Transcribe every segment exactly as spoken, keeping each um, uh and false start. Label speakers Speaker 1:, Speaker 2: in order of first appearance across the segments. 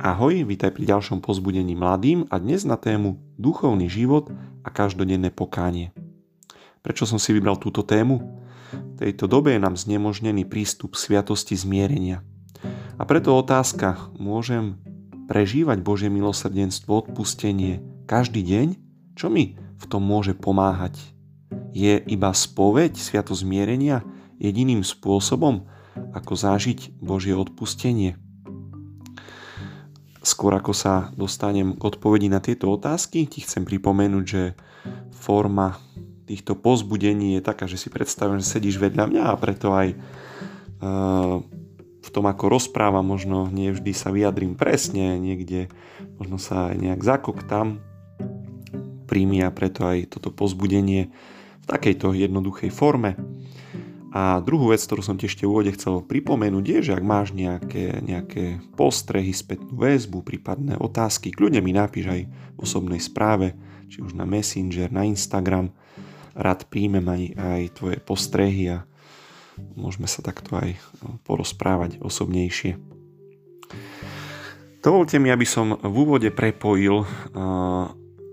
Speaker 1: Ahoj, vítaj pri ďalšom povzbudení mladým a dnes na tému duchovný život a každodenné pokánie. Prečo som si vybral túto tému? V tejto dobe je nám znemožnený prístup k sviatosti zmierenia. A preto otázka, môžem prežívať Božie milosrdenstvo, odpustenie každý deň? Čo mi v tom môže pomáhať? Je iba spoveď, sviatosť zmierenia jediným spôsobom, ako zažiť Božie odpustenie? Skôr ako sa dostanem k odpovedi na tieto otázky, ti chcem pripomenúť, že forma týchto povzbudení je taká, že si predstavím, že sedíš vedľa mňa a preto aj uh, v tom, ako rozprávam, možno nie vždy sa vyjadrím presne, niekde možno sa aj nejak zakoktám. Príjmi a preto aj toto povzbudenie v takejto jednoduchej forme. A druhú vec, ktorú som ti ešte v úvode chcel pripomenúť, je, že ak máš nejaké, nejaké postrehy, spätnú väzbu, prípadné otázky, kľudne mi napíš aj v osobnej správe, či už na Messenger, na Instagram. Rád príjmem aj, aj tvoje postrehy a môžeme sa takto aj porozprávať osobnejšie. Dovolte mi, aby som v úvode prepojil uh,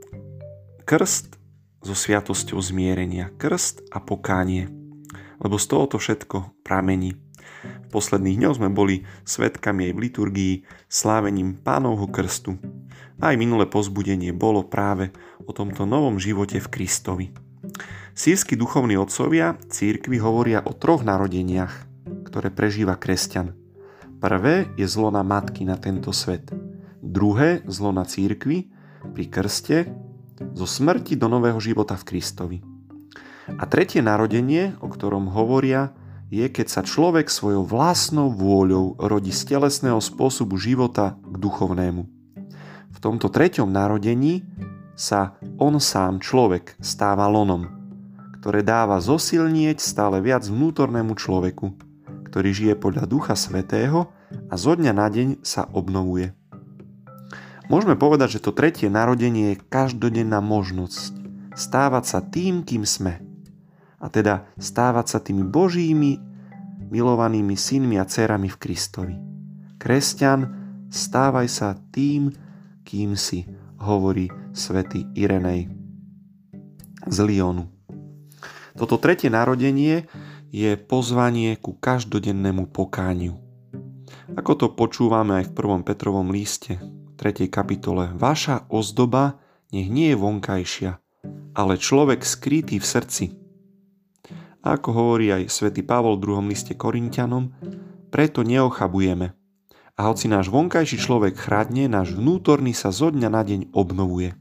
Speaker 1: krst so sviatosťou zmierenia. Krst a pokánie. Lebo z toho to všetko pramení. V posledných dňoch sme boli svedkami aj v liturgii slávením Pánovho krstu. Aj minulé povzbudenie bolo práve o tomto novom živote v Kristovi. Sýrski duchovní otcovia cirkvi hovoria o troch narodeniach, ktoré prežíva kresťan. Prvé je zlo na matky na tento svet. Druhé zlo na cirkvi pri krste zo smrti do nového života v Kristovi. A tretie narodenie, o ktorom hovoria, je, keď sa človek svojou vlastnou vôľou rodí z telesného spôsobu života k duchovnému. V tomto treťom narodení sa on sám, človek, stáva lonom, ktoré dáva zosilnieť stále viac vnútornému človeku, ktorý žije podľa Ducha Svätého a zo dňa na deň sa obnovuje. Môžeme povedať, že to tretie narodenie je každodenná možnosť stávať sa tým, kým sme. A teda stávať sa tými Božími milovanými synmi a dcerami v Kristovi. Kresťan, stávaj sa tým, kým si, hovorí svätý Irenej z Lyonu. Toto tretie narodenie je pozvanie ku každodennému pokániu. Ako to počúvame aj v prvom Petrovom liste, v tretej kapitole. Vaša ozdoba nech nie je vonkajšia, ale človek skrytý v srdci. A ako hovorí aj svätý Pavol v druhom liste Korinťanom, preto neochabujeme. A hoci náš vonkajší človek chradne, náš vnútorný sa zo dňa na deň obnovuje.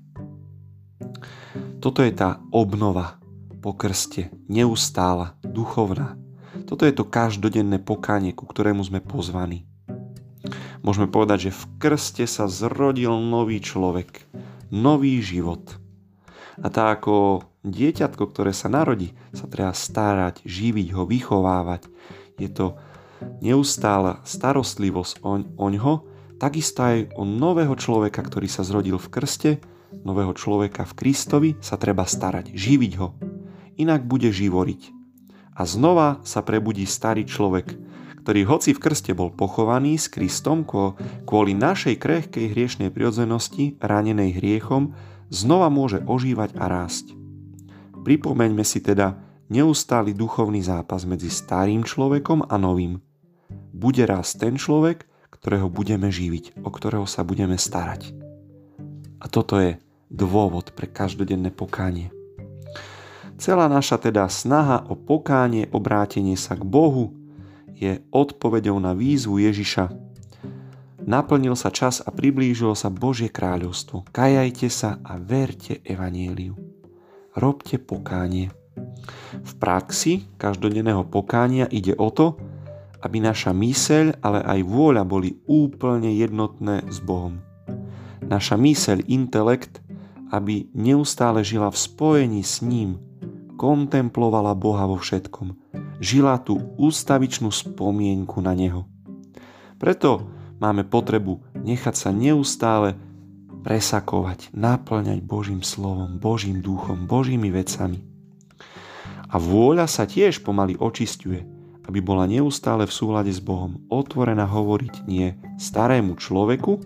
Speaker 1: Toto je tá obnova po krste, neustála, duchovná. Toto je to každodenné pokánie, ku ktorému sme pozvaní. Môžeme povedať, že v krste sa zrodil nový človek, nový život. A tak ako dieťatko, ktoré sa narodí, sa treba starať, živiť ho, vychovávať. Je to neustála starostlivosť o, oňho, takisto aj o nového človeka, ktorý sa zrodil v krste, nového človeka v Kristovi, sa treba starať, živiť ho. Inak bude živoriť. A znova sa prebudí starý človek, ktorý hoci v krste bol pochovaný s Kristom kvôli našej krehkej hriešnej prirodzenosti, ranenej hriechom, znova môže ožívať a rásť. Pripomeňme si teda neustály duchovný zápas medzi starým človekom a novým. Bude rásť ten človek, ktorého budeme živiť, o ktorého sa budeme starať. A toto je dôvod pre každodenné pokánie. Celá naša teda snaha o pokánie, obrátenie sa k Bohu je odpoveďou na výzvu Ježiša. Naplnil sa čas a priblížilo sa Božie kráľovstvo. Kajajte sa a verte evanjeliu. Robte pokánie. V praxi každodenného pokánia ide o to, aby naša myseľ, ale aj vôľa boli úplne jednotné s Bohom. Naša myseľ, intelekt, aby neustále žila v spojení s ním, kontemplovala Boha vo všetkom. Žila tú ústavičnú spomienku na Neho. Preto máme potrebu nechať sa neustále presakovať, naplňať Božím slovom, Božím duchom, Božími vecami. A vôľa sa tiež pomaly očisťuje, aby bola neustále v súlade s Bohom, otvorená hovoriť nie starému človeku,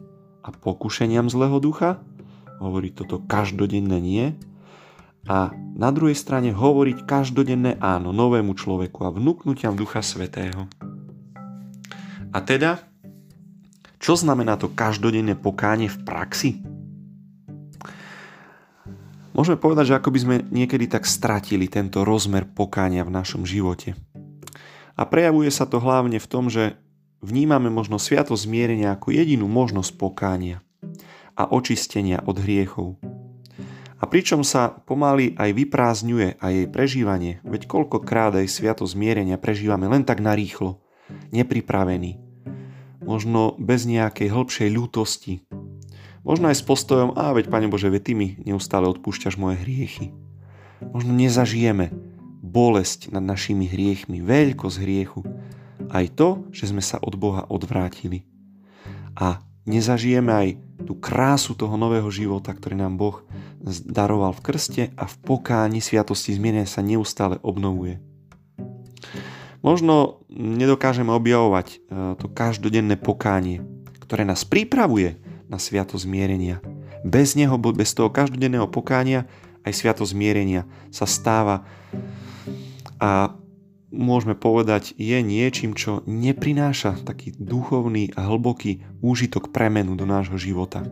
Speaker 1: a pokušeniam zlého ducha, hovoriť toto každodenné nie, a na druhej strane hovoriť každodenné áno novému človeku a vnúknutiam Ducha Svätého. A teda, čo znamená to každodenné pokánie v praxi? Môžeme povedať, že ako by sme niekedy tak stratili tento rozmer pokánia v našom živote. A prejavuje sa to hlavne v tom, že vnímame možno sviatosť zmierenia ako jedinú možnosť pokánia a očistenia od hriechov. A pričom sa pomaly aj vyprázdňuje aj jej prežívanie, veď koľkokrát aj sviatosť zmierenia prežívame len tak narýchlo, nepripravený, možno bez nejakej hĺbšej ľútosti, možno aj s postojom, a veď Pane Bože, veď Ty mi neustále odpúšťaš moje hriechy. Možno nezažijeme bolesť nad našimi hriechmi, veľkosť hriechu, aj to, že sme sa od Boha odvrátili. A nezažijeme aj tú krásu toho nového života, ktorý nám Boh daroval v krste a v pokáni sviatosti zmierenia sa neustále obnovuje. Možno nedokážeme objavovať to každodenné pokánie, ktoré nás pripravuje na sviatosť zmierenia. Bez neho, bez toho každodenného pokánia, aj sviatosť zmierenia sa stáva a môžeme povedať, je niečím, čo neprináša taký duchovný a hlboký úžitok premenu do nášho života.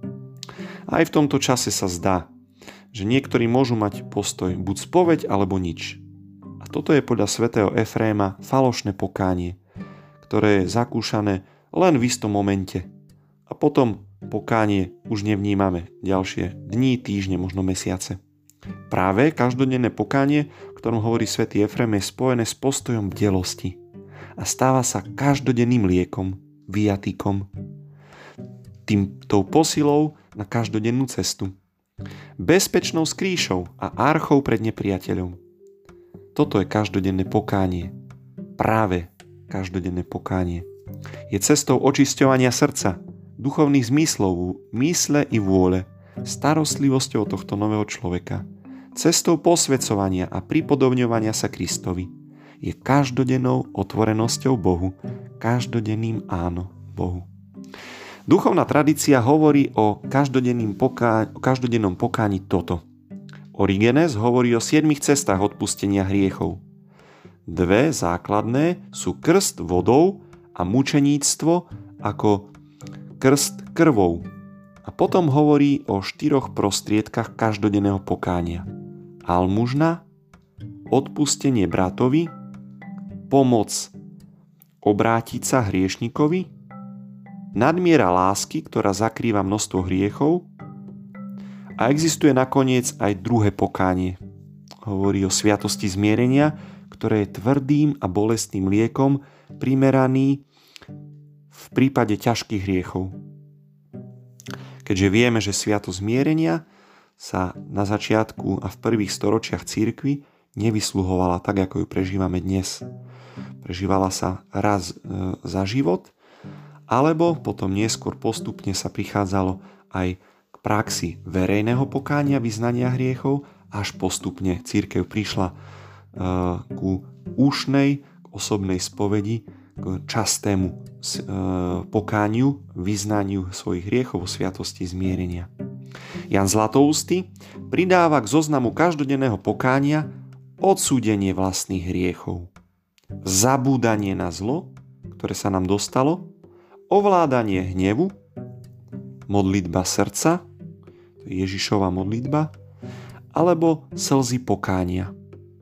Speaker 1: Aj v tomto čase sa zdá, že niektorí môžu mať postoj buď spoveď alebo nič. A toto je podľa svätého Efréma falošné pokánie, ktoré je zakúšané len v istom momente. A potom pokánie už nevnímame ďalšie dni, týždne, možno mesiace. Práve každodenné pokánie, o ktorom hovorí svätý Efrém, je spojené s postojom bdelosti a stáva sa každodenným liekom, viatykom, tým, tou posilou na každodennú cestu, bezpečnou skrýšou a archou pred nepriateľom. Toto je každodenné pokánie, práve každodenné pokánie. Je cestou očisťovania srdca, duchovných zmyslov, mysle i vôle, starostlivosťou tohto nového človeka, cestou posväcovania a pripodobňovania sa Kristovi. Je každodennou otvorenosťou Bohu, každodenným áno Bohu. Duchovná tradícia hovorí o každodennom poká- každodennom pokáni toto. Origenes hovorí o siedmich cestách odpustenia hriechov. Dve základné sú krst vodou a mučeníctvo ako krst krvou. A potom hovorí o štyroch prostriedkach každodenného pokánia. Almužna, odpustenie bratovi, pomoc obrátiť sa hriešnikovi, nadmiera lásky, ktorá zakrýva množstvo hriechov, a existuje nakoniec aj druhé pokánie. Hovorí o sviatosti zmierenia, ktoré je tvrdým a bolestným liekom primeraný v prípade ťažkých hriechov. Keďže vieme, že sviatosť zmierenia sa na začiatku a v prvých storočiach cirkvi nevysluhovala tak, ako ju prežívame dnes. Prežívala sa raz e, za život, alebo potom neskôr postupne sa prichádzalo aj k praxi verejného pokánia, vyznania hriechov, až postupne cirkev prišla e, ku úšnej, k osobnej spovedi, k častému e, pokániu, vyznaniu svojich hriechov vo sviatosti zmierenia. Jan Zlatoústy pridáva k zoznamu každodenného pokánia odsúdenie vlastných hriechov, zabúdanie na zlo, ktoré sa nám dostalo, ovládanie hnevu, modlitba srdca, to je Ježišova modlitba, alebo slzy pokánia.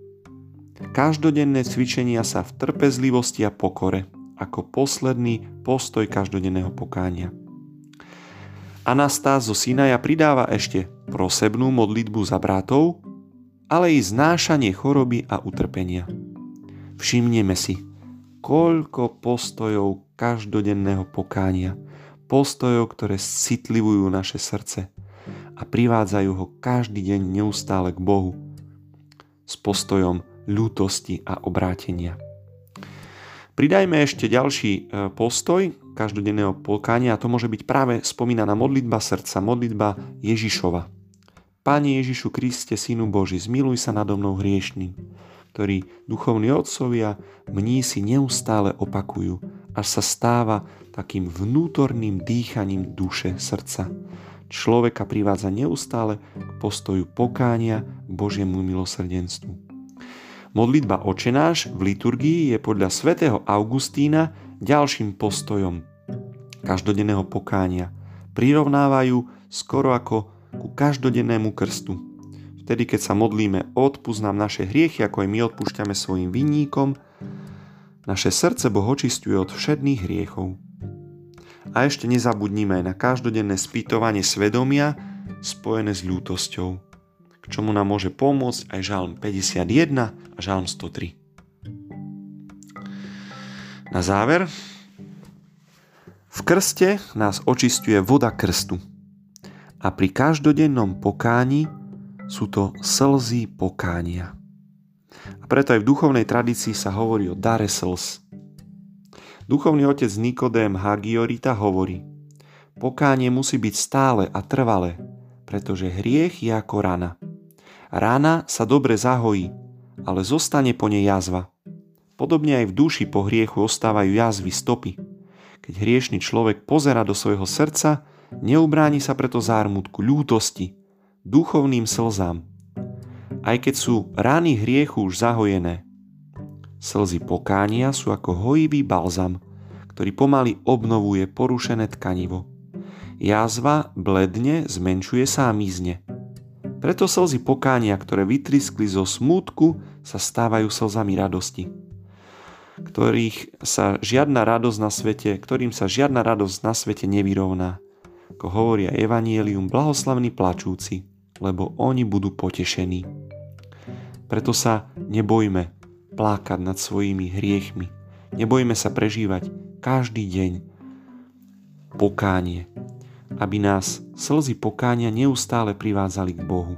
Speaker 1: Každodenné cvičenia sa v trpezlivosti a pokore, ako posledný postoj každodenného pokánia. Anastás zo Sinaja pridáva ešte prosebnú modlitbu za bratov, ale i znášanie choroby a utrpenia. Všimneme si, koľko postojov každodenného pokánia, postojov, ktoré citlivujú naše srdce a privádzajú ho každý deň neustále k Bohu s postojom ľútosti a obrátenia. Pridajme ešte ďalší postoj každodenného pokánia a to môže byť práve spomínaná modlitba srdca, modlitba Ježišova. Pane Ježišu Kriste, Synu Boží, zmiluj sa nado mnou hriešným, ktorý duchovní otcovia, mnísi neustále opakujú, až sa stáva takým vnútorným dýchaním duše, srdca. Človeka privádza neustále k postoju pokánia k Božiemu milosrdenstvu. Modlitba Otčenáš v liturgii je podľa svätého Augustína ďalším postojom každodenného pokánia. Prirovnávajú skoro ako ku každodennému krstu. Vtedy, keď sa modlíme, odpusť nám naše hriechy, ako aj my odpúšťame svojim vinníkom, naše srdce Boh očisťuje od všetných hriechov. A ešte nezabudnime aj na každodenné spýtovanie svedomia spojené s ľútosťou, k čomu nám môže pomôcť aj Žalm päťdesiatjeden a Žalm sto tri. Na záver, v krste nás očisťuje voda krstu a pri každodennom pokáni sú to slzy pokánia. A preto aj v duchovnej tradícii sa hovorí o dare slz. Duchovný otec Nikodém Hagiorita hovorí: pokánie musí byť stále a trvalé, pretože hriech je ako rana. Rana sa dobre zahojí, ale zostane po nej jazva. Podobne aj v duši po hriechu ostávajú jazvy, stopy. Keď hriešny človek pozerá do svojho srdca, neubráni sa preto zármutku, ľútosti, duchovným slzám. Aj keď sú rány hriechu už zahojené, slzy pokánia sú ako hojivý balzam, ktorý pomaly obnovuje porušené tkanivo. Jazva bledne, zmenšuje sa a mizne. Preto slzy pokánia, ktoré vytriskli zo smútku, sa stávajú slzami radosti, ktorých sa žiadna radosť na svete, ktorým sa žiadna radosť na svete nevyrovná. Ako hovorí aj Evanjelium, blahoslavní plačúci, lebo oni budú potešení. Preto sa nebojme plákať nad svojimi hriechmi. Nebojme sa prežívať každý deň pokánie, aby nás slzy pokánia neustále privádzali k Bohu.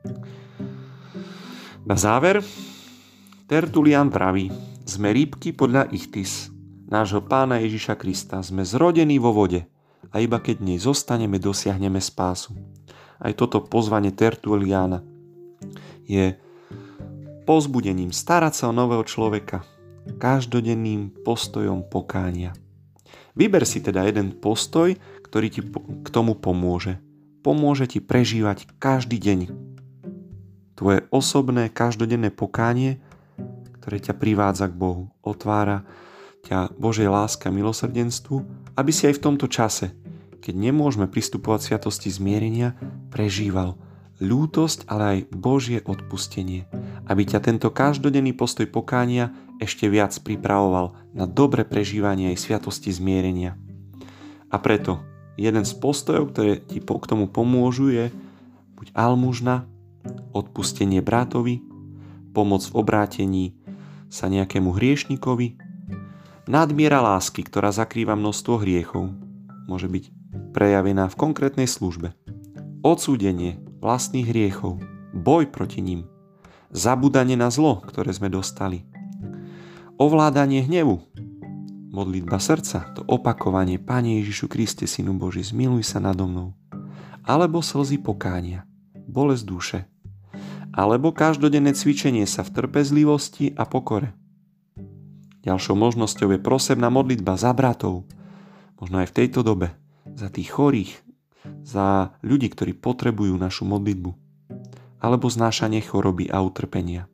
Speaker 1: Na záver, Tertulian praví: sme rybky podľa Ichthys, nášho Pána Ježiša Krista. Sme zrodení vo vode a iba keď v nej zostaneme, dosiahneme spásu. Aj toto pozvanie Tertuliana je povzbudením starať sa o nového človeka, každodenným postojom pokánia. Vyber si teda jeden postoj, ktorý ti k tomu pomôže. Pomôže ti prežívať každý deň tvoje osobné, každodenné pokánie, ktoré ťa privádza k Bohu. Otvára ťa Božej láska a milosrdenstvu, aby si aj v tomto čase, keď nemôžeme pristupovať k sviatosti zmierenia, prežíval ľútosť, ale aj Božie odpustenie. Aby ťa tento každodenný postoj pokánia ešte viac pripravoval na dobré prežívanie aj sviatosti zmierenia. A preto jeden z postojov, ktoré ti k tomu pomôžu, je buď almužna, odpustenie bratovi, pomoc v obrátení sa nejakému hriešnikovi, nadmiera lásky, ktorá zakrýva množstvo hriechov, môže byť prejavená v konkrétnej službe, odsúdenie vlastných hriechov, boj proti ním, zabúdanie na zlo, ktoré sme dostali, ovládanie hnevu, modlitba srdca, to opakovanie: Pane Ježišu Kriste, Synu Boží, zmiluj sa nado mnou, alebo slzy pokánia, bolesť duše, alebo každodenné cvičenie sa v trpezlivosti a pokore. Ďalšou možnosťou je prosebná modlitba za bratov, možno aj v tejto dobe, za tých chorých, za ľudí, ktorí potrebujú našu modlitbu, alebo znášanie choroby a utrpenia.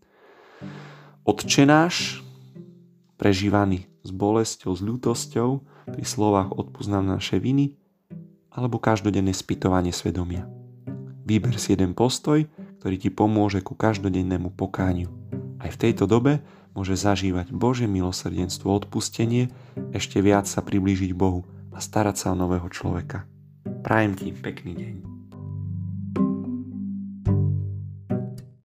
Speaker 1: Otčenáš, prežívaný s bolesťou, s ľútosťou, pri slovách odpusť nám naše viny, alebo každodenné spytovanie svedomia. Vyber si jeden postoj, ktorý ti pomôže ku každodennému pokániu. Aj v tejto dobe môže zažívať Božie milosrdenstvo, odpustenie, ešte viac sa priblížiť Bohu a starať sa o nového človeka. Prajem ti pekný deň.